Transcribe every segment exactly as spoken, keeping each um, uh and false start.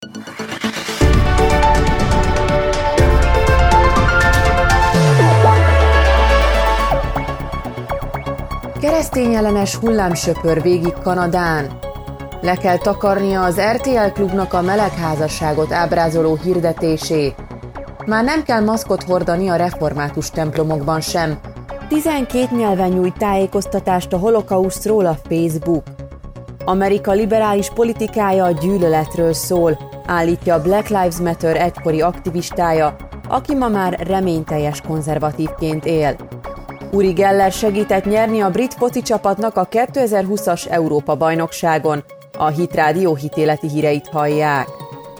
Keresztényellenes hullámsöpör végig Kanadán. Le kell takarnia az er té el klubnak a melegházasságot ábrázoló hirdetését. Már nem kell maszkot hordani a református templomokban sem. tizenkét nyelven nyújt tájékoztatást a holokausztról a Facebook. Amerika liberális politikája a gyűlöletről szól, állítja a Black Lives Matter egykori aktivistája, aki ma már reményteljes konzervatívként él. Uri Geller segített nyerni a brit foci csapatnak a kétezer-húszas Európa-bajnokságon. A Hit Rádió hitéleti híreit hallják.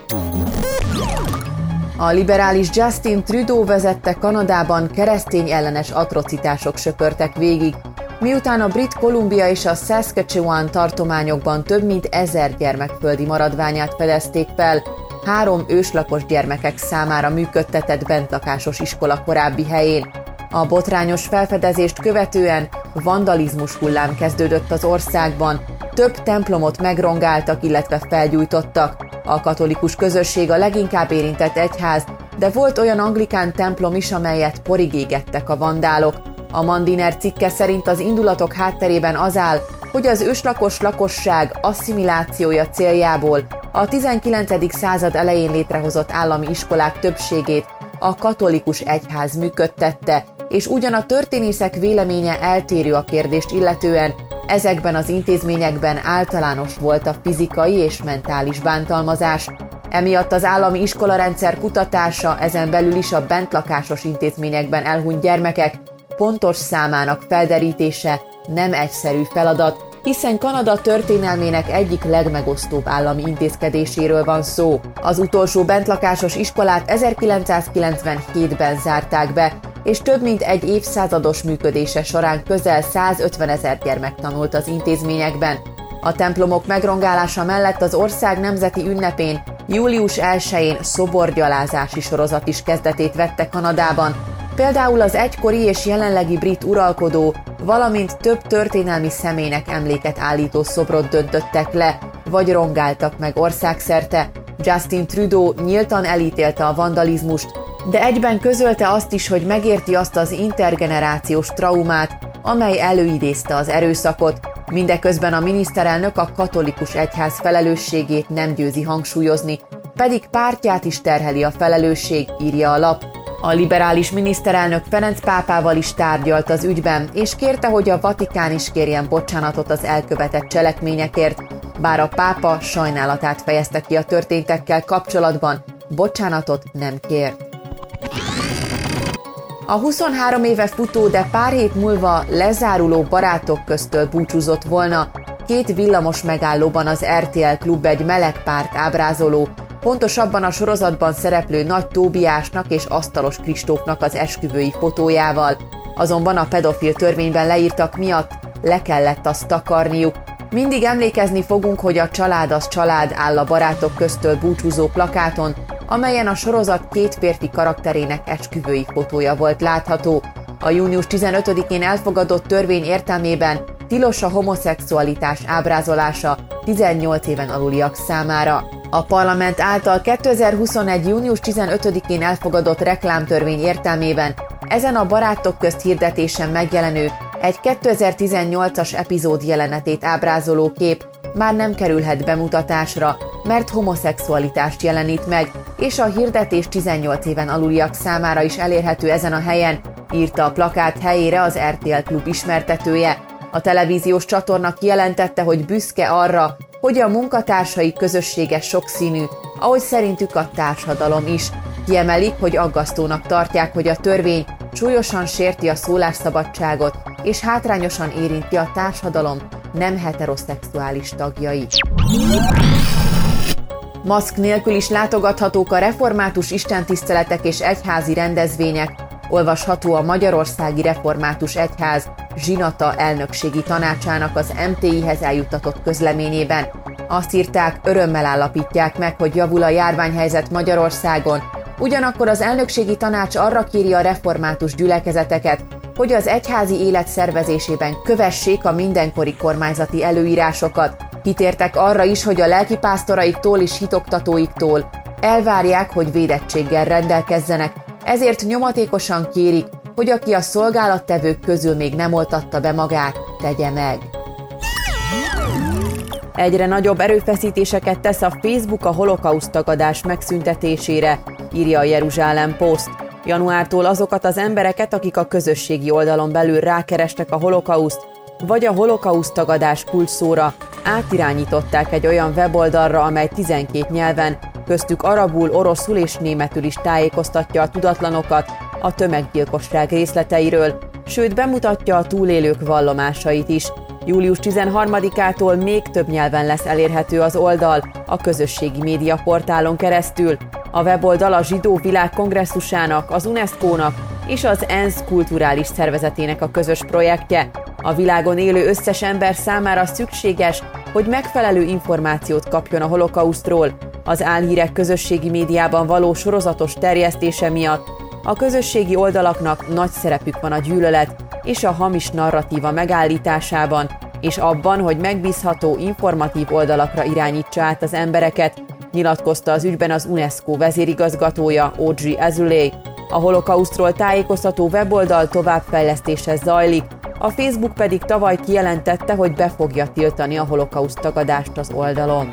A liberális Justin Trudeau vezette Kanadában keresztény ellenes atrocitások söpörtek végig, miután a Brit Columbia és a Saskatchewan tartományokban több mint ezer gyermekföldi maradványát fedezték fel, három őslakos gyermekek számára működtetett bentlakásos iskola korábbi helyén. A botrányos felfedezést követően vandalizmus hullám kezdődött az országban, több templomot megrongáltak, illetve felgyújtottak. A katolikus közösség a leginkább érintett egyház, de volt olyan anglikán templom is, amelyet porig égettek a vandálok. A Mandiner cikke szerint az indulatok hátterében az áll, hogy az őslakos lakosság asszimilációja céljából a tizenkilencedik század elején létrehozott állami iskolák többségét a katolikus egyház működtette, és ugyan a történészek véleménye eltérő a kérdést illetően, ezekben az intézményekben általános volt a fizikai és mentális bántalmazás. Emiatt az állami iskolarendszer kutatása, ezen belül is a bentlakásos intézményekben elhunyt gyermekek pontos számának felderítése nem egyszerű feladat, hiszen Kanada történelmének egyik legmegosztóbb állami intézkedéséről van szó. Az utolsó bentlakásos iskolát ezerkilencszázkilencvenhétben zárták be, és több mint egy évszázados működése során közel százötvenezer gyermek tanult az intézményekben. A templomok megrongálása mellett az ország nemzeti ünnepén július elsején szoborgyalázási sorozat is kezdetét vette Kanadában. Például az egykori és jelenlegi brit uralkodó, valamint több történelmi személynek emléket állító szobrot döntöttek le, vagy rongáltak meg országszerte. Justin Trudeau nyíltan elítélte a vandalizmust, de egyben közölte azt is, hogy megérti azt az intergenerációs traumát, amely előidézte az erőszakot, mindeközben a miniszterelnök a katolikus egyház felelősségét nem győzi hangsúlyozni, pedig pártját is terheli a felelősség, írja a lap. A liberális miniszterelnök Ferenc pápával is tárgyalt az ügyben, és kérte, hogy a Vatikán is kérjen bocsánatot az elkövetett cselekményekért, bár a pápa sajnálatát fejezte ki a történtekkel kapcsolatban, bocsánatot nem kért. A huszonhárom éve futó, de pár hét múlva lezáruló Barátok köztől búcsúzott volna, két villamos megállóban az er té el klub egy meleg párt ábrázoló, pontosabban a sorozatban szereplő Nagy Tóbiásnak és Asztalos Kristófnak az esküvői fotójával. Azonban a pedofil törvényben leírtak miatt le kellett azt takarniuk. Mindig emlékezni fogunk, hogy a Család az család áll a Barátok köztől búcsúzó plakáton, amelyen a sorozat két férfi karakterének esküvői fotója volt látható. A június tizenötödikén elfogadott törvény értelmében tilos a homoszexualitás ábrázolása tizennyolc éven aluliak számára. A parlament által kétezer-huszonegy. június tizenötödikén elfogadott reklámtörvény értelmében ezen a Barátok közt hirdetésen megjelenő egy kétezer-tizennyolcas epizód jelenetét ábrázoló kép már nem kerülhet bemutatásra, mert homoszexualitást jelenít meg, és a hirdetés tizennyolc éven aluliak számára is elérhető ezen a helyen, írta a plakát helyére az er té el klub ismertetője. A televíziós csatorna kijelentette, hogy büszke arra, hogy a munkatársai közössége sokszínű, ahogy szerintük a társadalom is. Kiemelik, hogy aggasztónak tartják, hogy a törvény súlyosan sérti a szólásszabadságot, és hátrányosan érinti a társadalom nem heteroszexuális tagjait. Maszk nélkül is látogathatók a református istentiszteletek és egyházi rendezvények, olvasható a Magyarországi Református Egyház zsinata elnökségi tanácsának az em té i-hez eljuttatott közleményében. Azt írták, örömmel állapítják meg, hogy javul a járványhelyzet Magyarországon, ugyanakkor az elnökségi tanács arra kéri a református gyülekezeteket, hogy az egyházi élet szervezésében kövessék a mindenkori kormányzati előírásokat, Kitértek arra is, hogy a lelkipásztoraiktól és hitoktatóiktól elvárják, hogy védettséggel rendelkezzenek, ezért nyomatékosan kérik, hogy aki a szolgálattevők közül még nem oltatta be magát, tegye meg. Egyre nagyobb erőfeszítéseket tesz a Facebook a holokauszt tagadás megszüntetésére, írja a Jeruzsálem Post. Januártól azokat az embereket, akik a közösségi oldalon belül rákerestek a holokauszt, vagy a holokauszt tagadás kulcsszóra, átirányították egy olyan weboldalra, amely tizenkét nyelven, köztük arabul, oroszul és németül is tájékoztatja a tudatlanokat a tömeggyilkosság részleteiről, sőt bemutatja a túlélők vallomásait is. július tizenharmadikától még több nyelven lesz elérhető az oldal, a közösségi médiaportálon keresztül. A weboldal a Zsidó Világ Kongresszusának, az UNESCO-nak és az ENSZ kulturális szervezetének a közös projektje. A világon élő összes ember számára szükséges, hogy megfelelő információt kapjon a holokausztról. Az álhírek közösségi médiában való sorozatos terjesztése miatt a közösségi oldalaknak nagy szerepük van a gyűlölet és a hamis narratíva megállításában, és abban, hogy megbízható, informatív oldalakra irányítsa át az embereket, nyilatkozta az ügyben az UNESCO vezérigazgatója, Audrey Azoulay. A holokausztról tájékoztató weboldal továbbfejlesztése zajlik, a Facebook pedig tavaly kijelentette, hogy be fogja tiltani a holokauszt tagadást az oldalon.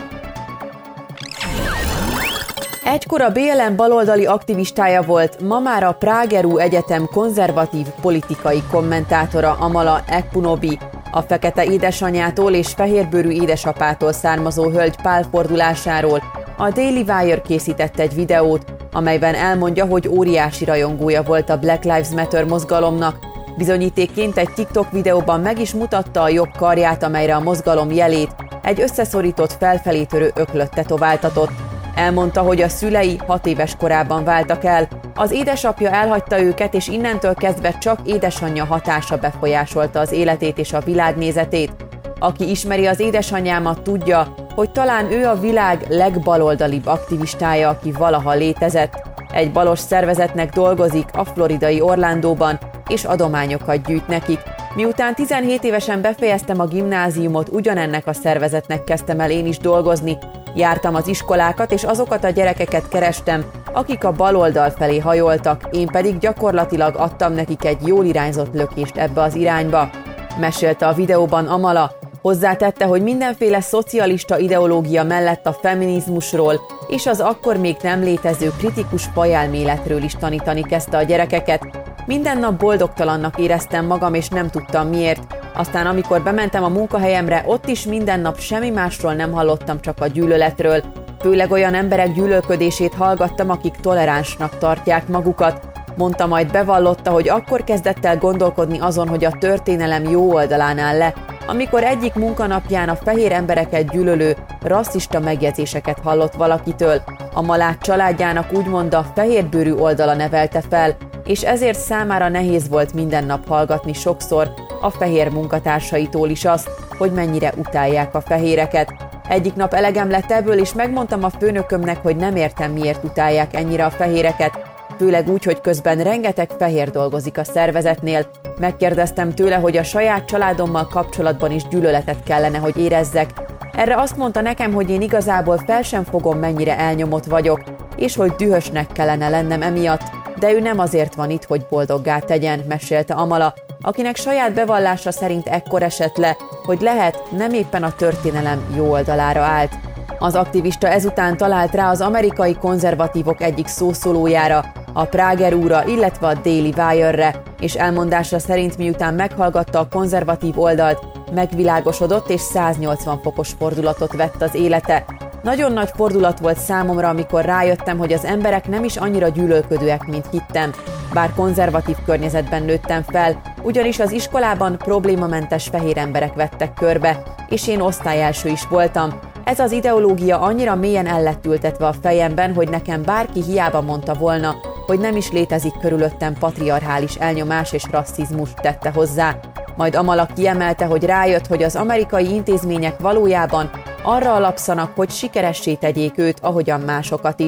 Egykor a bé el em baloldali aktivistája volt, ma már a Pragerú Egyetem konzervatív politikai kommentátora Amala Ekpunobi, a fekete édesanyjától és fehérbőrű édesapától származó hölgy pálfordulásáról a Daily Wire készített egy videót, amelyben elmondja, hogy óriási rajongója volt a Black Lives Matter mozgalomnak. Bizonyítékként egy TikTok videóban meg is mutatta a jobb karját, amelyre a mozgalom jelét egy összeszorított felfelé törő öklöt tetováltatott. Elmondta, hogy a szülei hat éves korában váltak el, az édesapja elhagyta őket, és innentől kezdve csak édesanyja hatása befolyásolta az életét és a világnézetét. Aki ismeri az édesanyjámat, tudja, hogy talán ő a világ legbaloldalibb aktivistája, aki valaha létezett. Egy balos szervezetnek dolgozik a floridai Orlandóban, és adományokat gyűjt nekik. Miután tizenhét évesen befejeztem a gimnáziumot, ugyanennek a szervezetnek kezdtem el én is dolgozni. Jártam az iskolákat, és azokat a gyerekeket kerestem, akik a baloldal felé hajoltak, én pedig gyakorlatilag adtam nekik egy jól irányzott lökést ebbe az irányba. Mesélte a videóban Amala. Hozzátette, hogy mindenféle szocialista ideológia mellett a feminizmusról és az akkor még nem létező kritikus fajelméletről is tanítani kezdte a gyerekeket. Minden nap boldogtalannak éreztem magam, és nem tudtam miért. Aztán amikor bementem a munkahelyemre, ott is minden nap semmi másról nem hallottam, csak a gyűlöletről. Főleg olyan emberek gyűlölködését hallgattam, akik toleránsnak tartják magukat. Mondta, majd bevallotta, hogy akkor kezdett el gondolkodni azon, hogy a történelem jó oldalán áll le, amikor egyik munkanapján a fehér embereket gyűlölő, rasszista megjegyzéseket hallott valakitől. A Malát családjának úgymond a fehérbőrű oldala nevelte fel, és ezért számára nehéz volt minden nap hallgatni sokszor a fehér munkatársaitól is azt, hogy mennyire utálják a fehéreket. Egyik nap elegem lett ebből, és megmondtam a főnökömnek, hogy nem értem, miért utálják ennyire a fehéreket, főleg úgy, hogy közben rengeteg fehér dolgozik a szervezetnél. Megkérdeztem tőle, hogy a saját családommal kapcsolatban is gyűlöletet kellene, hogy érezzek. Erre azt mondta nekem, hogy én igazából fel sem fogom, mennyire elnyomott vagyok, és hogy dühösnek kellene lennem emiatt, de ő nem azért van itt, hogy boldoggá tegyen, mesélte Amala, akinek saját bevallása szerint ekkor esett le, hogy lehet, nem éppen a történelem jó oldalára állt. Az aktivista ezután talált rá az amerikai konzervatívok egyik szószólójára, a Pragerúra, illetve a Daily Wire-re, és elmondása szerint miután meghallgatta a konzervatív oldalt, megvilágosodott és száznyolcvan fokos fordulatot vett az élete. Nagyon nagy fordulat volt számomra, amikor rájöttem, hogy az emberek nem is annyira gyűlölködőek, mint hittem. Bár konzervatív környezetben nőttem fel, ugyanis az iskolában problémamentes fehér emberek vettek körbe, és én osztályelső is voltam. Ez az ideológia annyira mélyen el lett ültetve a fejemben, hogy nekem bárki hiába mondta volna, hogy nem is létezik körülöttem patriarchális elnyomás és rasszizmus, tette hozzá. Majd Amala kiemelte, hogy rájött, hogy az amerikai intézmények valójában arra alapszanak, hogy sikeressé tegyék őt, ahogyan másokat is.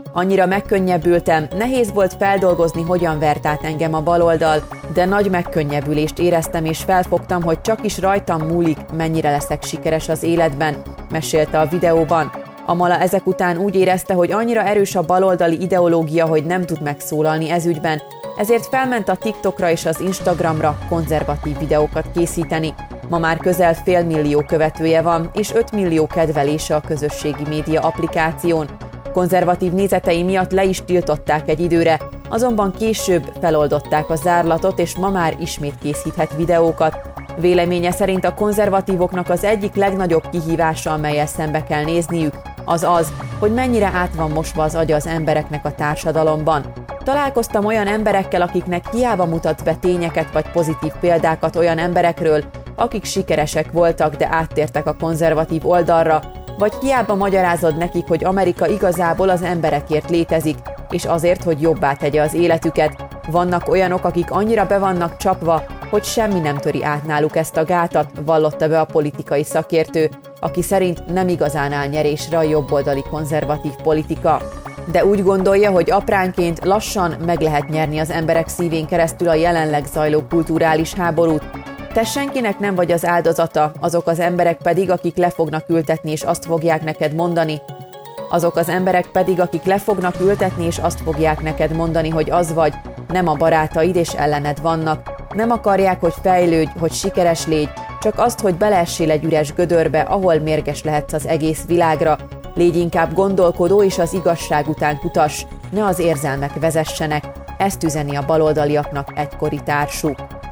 Annyira megkönnyebbültem, nehéz volt feldolgozni, hogyan vert át engem a baloldal, de nagy megkönnyebbülést éreztem, és felfogtam, hogy csak is rajtam múlik, mennyire leszek sikeres az életben, mesélte a videóban. Amala ezek után úgy érezte, hogy annyira erős a baloldali ideológia, hogy nem tud megszólalni ez ügyben, ezért felment a TikTokra és az Instagramra konzervatív videókat készíteni. Ma már közel fél millió követője van, és öt millió kedvelése a közösségi média applikáción. Konzervatív nézetei miatt le is tiltották egy időre, azonban később feloldották a zárlatot, és ma már ismét készíthet videókat. Véleménye szerint a konzervatívoknak az egyik legnagyobb kihívása, amellyel szembe kell nézniük, az az, hogy mennyire át van mosva az agya az embereknek a társadalomban. Találkoztam olyan emberekkel, akiknek hiába mutat be tényeket vagy pozitív példákat olyan emberekről, akik sikeresek voltak, de áttértek a konzervatív oldalra, vagy hiába magyarázod nekik, hogy Amerika igazából az emberekért létezik, és azért, hogy jobbá tegye az életüket. Vannak olyanok, akik annyira be vannak csapva, hogy semmi nem töri át náluk ezt a gátat, vallotta be a politikai szakértő, aki szerint nem igazán áll nyerésre a jobboldali konzervatív politika. De úgy gondolja, hogy apránként lassan meg lehet nyerni az emberek szívén keresztül a jelenleg zajló kulturális háborút. Te senkinek nem vagy az áldozata, azok az emberek pedig, akik le fognak ültetni és azt fogják neked mondani, azok az emberek pedig, akik le fognak ültetni és azt fogják neked mondani, hogy az vagy, nem a barátaid és ellened vannak. Nem akarják, hogy fejlődj, hogy sikeres légy, csak azt, hogy beleessél egy üres gödörbe, ahol mérges lehetsz az egész világra. Légy inkább gondolkodó és az igazság után kutass, ne az érzelmek vezessenek. Ezt üzeni a baloldaliaknak egykori társuk.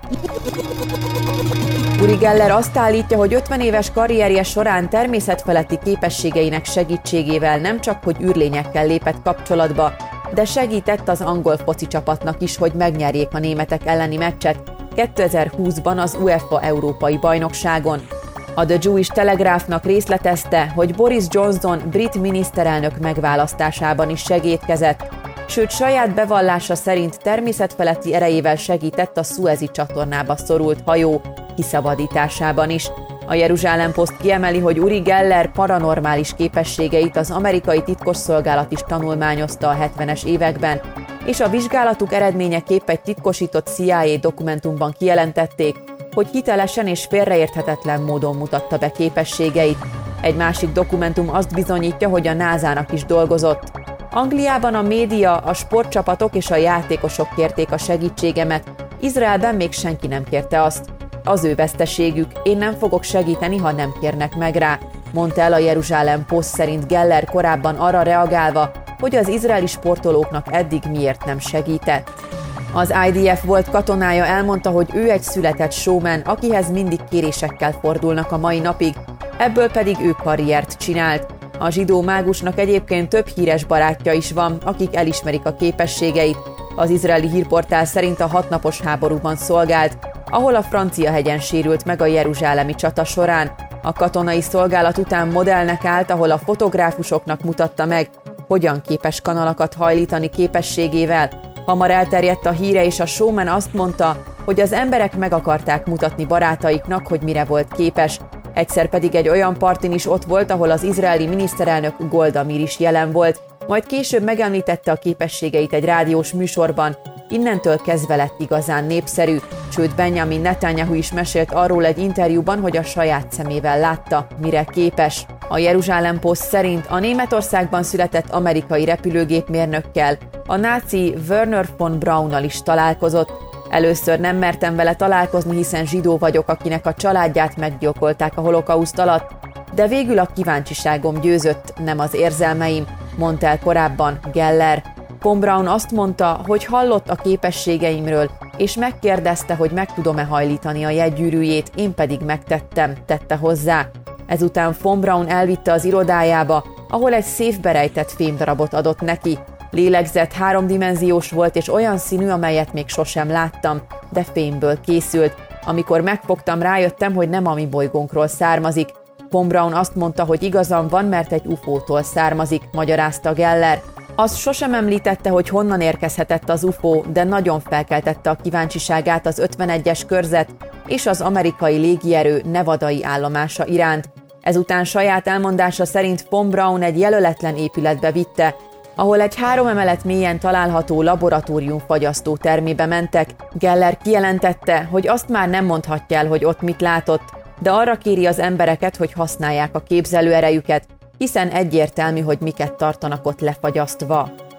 Uri Geller azt állítja, hogy ötven éves karrierje során természetfeletti képességeinek segítségével nem csak hogy űrlényekkel lépett kapcsolatba, de segített az angol foci csapatnak is, hogy megnyerjék a németek elleni meccset kétezer-húszban az UEFA Európai Bajnokságon. A The Jewish Telegraphnak részletezte, hogy Boris Johnson brit miniszterelnök megválasztásában is segédkezett, sőt saját bevallása szerint természetfeletti erejével segített a Szuezi csatornába szorult hajó kiszabadításában is. A Jeruzsálem Post kiemeli, hogy Uri Geller paranormális képességeit az amerikai titkosszolgálat is tanulmányozta a hetvenes években, és a vizsgálatuk eredményeképp egy titkosított C I A dokumentumban kijelentették, hogy hitelesen és félreérthetetlen módon mutatta be képességeit. Egy másik dokumentum azt bizonyítja, hogy a nászának is dolgozott. Angliában a média, a sportcsapatok és a játékosok kérték a segítségemet, Izraelben még senki nem kérte azt. Az ő veszteségük, én nem fogok segíteni, ha nem kérnek meg rá, mondta el a Jeruzsálem Post szerint Geller korábban arra reagálva, hogy az izraeli sportolóknak eddig miért nem segített. Az I D F volt katonája elmondta, hogy ő egy született showman, akihez mindig kérésekkel fordulnak a mai napig, ebből pedig ő karriert csinált. A zsidó mágusnak egyébként több híres barátja is van, akik elismerik a képességeit. Az izraeli hírportál szerint a hatnapos háborúban szolgált, ahol a Francia-hegyen sérült meg a jeruzsálemi csata során. A katonai szolgálat után modellnek állt, ahol a fotográfusoknak mutatta meg, hogyan képes kanalakat hajlítani képességével. Hamar elterjedt a híre, és a showman azt mondta, hogy az emberek meg akarták mutatni barátaiknak, hogy mire volt képes. Egyszer pedig egy olyan partin is ott volt, ahol az izraeli miniszterelnök Golda Meir is jelen volt, majd később megemlítette a képességeit egy rádiós műsorban. Innentől kezdve lett igazán népszerű, sőt Benjamin Netanyahu is mesélt arról egy interjúban, hogy a saját szemével látta, mire képes. A Jeruzsálem Post szerint a Németországban született amerikai repülőgépmérnökkel, a náci Werner von Braunnal is találkozott. Először nem mertem vele találkozni, hiszen zsidó vagyok, akinek a családját meggyilkolták a holokauszt alatt, de végül a kíváncsiságom győzött, nem az érzelmeim, mondta el korábban Geller. Von Braun azt mondta, hogy hallott a képességeimről, és megkérdezte, hogy meg tudom-e hajlítani a jegygyűrűjét, én pedig megtettem, tette hozzá. Ezután Von Braun elvitte az irodájába, ahol egy széfbe rejtett fémdarabot adott neki. Lélegzett, háromdimenziós volt és olyan színű, amelyet még sosem láttam, de fémből készült. Amikor megfogtam, rájöttem, hogy nem a mi bolygónkról származik. Von Braun azt mondta, hogy igazam van, mert egy U F O-tól származik, magyarázta Geller. Azt sosem említette, hogy honnan érkezhetett az U F O, de nagyon felkeltette a kíváncsiságát az ötvenegyes körzet és az amerikai légierő nevadai állomása iránt. Ezután saját elmondása szerint Von Braun egy jelöletlen épületbe vitte, ahol egy három emelet mélyen található laboratóriumfagyasztó termébe mentek. Geller kijelentette, hogy azt már nem mondhatja el, hogy ott mit látott, de arra kéri az embereket, hogy használják a képzelőerejüket, hiszen egyértelmű, hogy miket tartanak ott lefagyasztva.